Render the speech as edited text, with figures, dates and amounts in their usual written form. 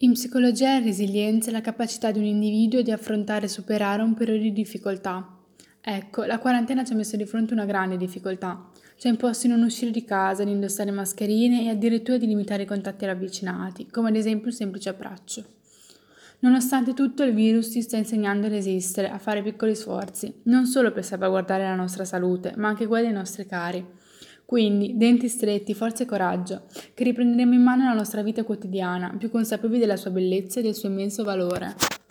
In psicologia la resilienza è la capacità di un individuo di affrontare e superare un periodo di difficoltà. Ecco, la quarantena ci ha messo di fronte a una grande difficoltà. Ci ha imposto di non uscire di casa, di indossare mascherine e addirittura di limitare i contatti ravvicinati, come ad esempio un semplice abbraccio. Nonostante tutto, il virus ci sta insegnando a resistere, a fare piccoli sforzi, non solo per salvaguardare la nostra salute, ma anche quella dei nostri cari. Quindi, denti stretti, forza e coraggio, che riprenderemo in mano la nostra vita quotidiana, più consapevoli della sua bellezza e del suo immenso valore.